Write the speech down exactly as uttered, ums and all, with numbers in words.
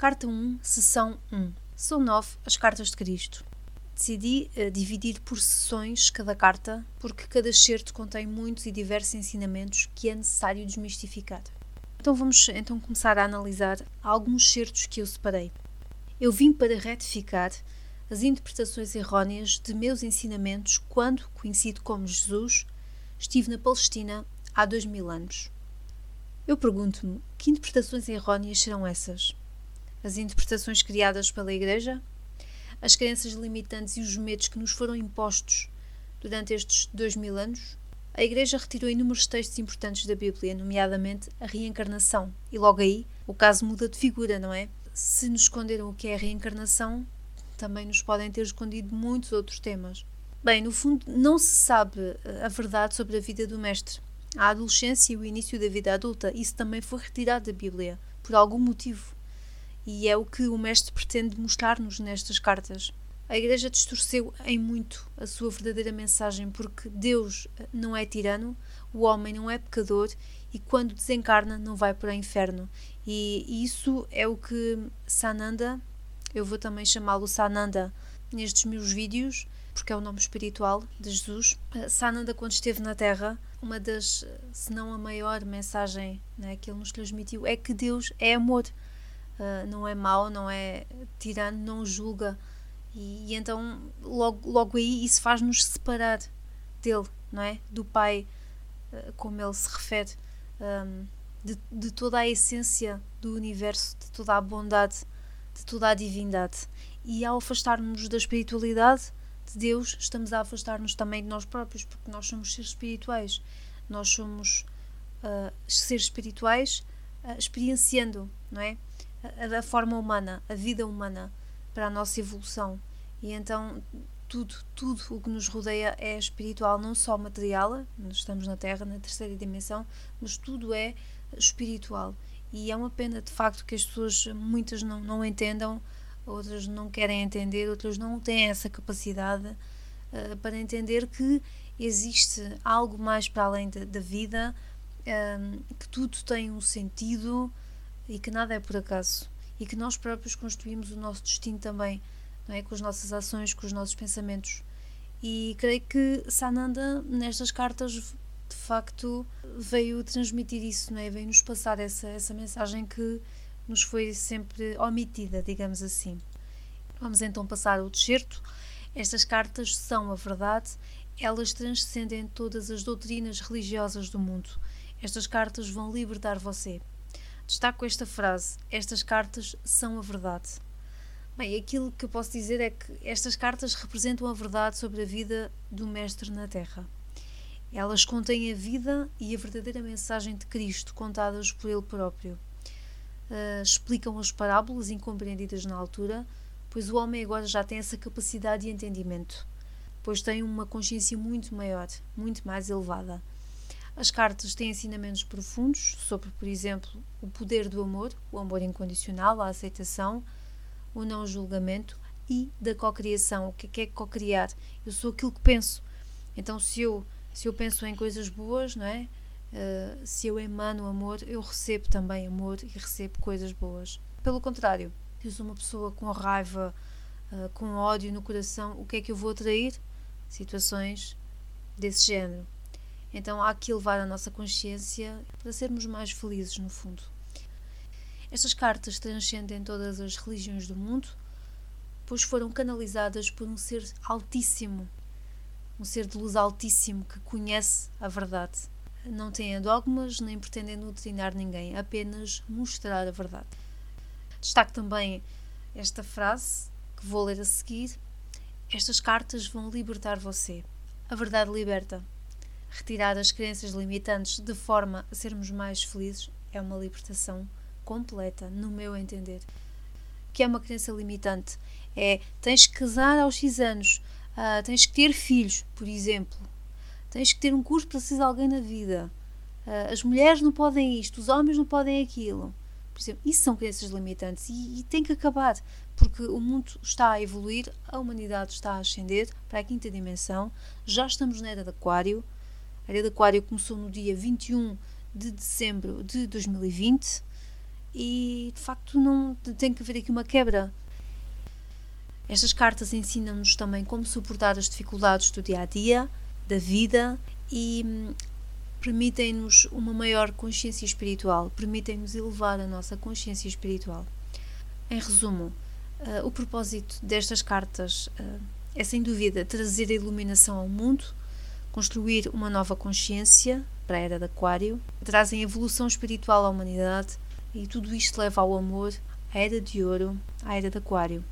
Carta um, Sessão um. São nove as cartas de Cristo. Decidi uh, dividir por sessões cada carta, porque cada excerto contém muitos e diversos ensinamentos que é necessário desmistificar. Então vamos então começar a analisar alguns excertos que eu separei. Eu vim para retificar as interpretações erróneas de meus ensinamentos quando, conhecido como Jesus, estive na Palestina há dois mil anos. Eu pergunto-me, que interpretações erróneas serão essas? As interpretações criadas pela Igreja? As crenças limitantes e os medos que nos foram impostos durante estes dois mil anos? A Igreja retirou inúmeros textos importantes da Bíblia, nomeadamente a reencarnação. E logo aí, o caso muda de figura, não é? Se nos esconderam o que é a reencarnação, também nos podem ter escondido muitos outros temas. Bem, no fundo, não se sabe a verdade sobre a vida do Mestre. A adolescência e o início da vida adulta, isso também foi retirado da Bíblia, por algum motivo. E é o que o Mestre pretende mostrar-nos nestas cartas. A Igreja distorceu em muito a sua verdadeira mensagem, porque Deus não é tirano, o homem não é pecador e quando desencarna não vai para o inferno. E isso é o que Sananda, eu vou também chamá-lo Sananda nestes meus vídeos, porque é o nome espiritual de Jesus. Sananda, quando esteve na Terra, uma das, se não a maior mensagem, né, que ele nos transmitiu é que Deus é amor. Uh, não é mau, não é tirano, não julga. E, e então, logo, logo aí, isso faz-nos separar dele, não é? Do Pai, uh, como ele se refere, um, de, de toda a essência do universo, de toda a bondade, de toda a divindade. E ao afastarmos da espiritualidade de Deus, estamos a afastar-nos também de nós próprios, porque nós somos seres espirituais. Nós somos uh, seres espirituais uh, experienciando, não é? A, a forma humana, a vida humana, para a nossa evolução. E então tudo, tudo o que nos rodeia é espiritual, não só material, nós estamos na Terra, na terceira dimensão, mas tudo é espiritual. E é uma pena, de facto, que as pessoas, muitas não, não entendam, outras não querem entender, outras não têm essa capacidade uh, para entender que existe algo mais para além da, da vida, um, que tudo tem um sentido e que nada é por acaso. E que nós próprios construímos o nosso destino também, não é? Com as nossas ações, com os nossos pensamentos. E creio que Sananda, nestas cartas, de facto, veio transmitir isso, não é? Veio-nos passar essa, essa mensagem que nos foi sempre omitida, digamos assim. Vamos então passar ao excerto. Estas cartas são a verdade, elas transcendem todas as doutrinas religiosas do mundo. Estas cartas vão libertar você. Destaco esta frase, estas cartas são a verdade. Bem, aquilo que eu posso dizer é que estas cartas representam a verdade sobre a vida do Mestre na Terra. Elas contêm a vida e a verdadeira mensagem de Cristo, contadas por ele próprio. Uh, explicam as parábolas incompreendidas na altura, pois o homem agora já tem essa capacidade de entendimento, pois tem uma consciência muito maior, muito mais elevada. As cartas têm ensinamentos profundos sobre, por exemplo, o poder do amor, o amor incondicional, a aceitação, o não julgamento e da cocriação. O que é cocriar? Eu sou aquilo que penso. Então, se eu, se eu penso em coisas boas, não é? Uh, se eu emano amor, eu recebo também amor e recebo coisas boas. Pelo contrário, se eu sou uma pessoa com raiva, uh, com ódio no coração, o que é que eu vou atrair? Situações desse género. Então há que elevar a nossa consciência para sermos mais felizes, no fundo. Estas cartas transcendem todas as religiões do mundo, pois foram canalizadas por um ser altíssimo, um ser de luz altíssimo que conhece a verdade. Não têm dogmas, nem pretendem doutrinar ninguém, apenas mostrar a verdade. Destaco também esta frase, que vou ler a seguir. Estas cartas vão libertar você. A verdade liberta. Retirar as crenças limitantes de forma a sermos mais felizes é uma libertação completa, no meu entender. O que é uma crença limitante? É, tens que casar aos X anos, uh, tens que ter filhos, por exemplo, tens que ter um curso para ser alguém na vida, uh, as mulheres não podem isto, os homens não podem aquilo. Por exemplo, isso são crenças limitantes e, e tem que acabar, porque o mundo está a evoluir, a humanidade está a ascender para a quinta dimensão, já estamos na era de Aquário. A era de Aquário começou no dia vinte e um de dezembro de dois mil e vinte e de facto não tem que haver aqui uma quebra. Estas cartas ensinam-nos também como suportar as dificuldades do dia a dia, da vida, e hum, permitem-nos uma maior consciência espiritual, permitem-nos elevar a nossa consciência espiritual. Em resumo, uh, o propósito destas cartas uh, é sem dúvida trazer a iluminação ao mundo, construir uma nova consciência para a Era de Aquário, trazem evolução espiritual à humanidade e tudo isto leva ao amor, à Era de Ouro, à Era de Aquário.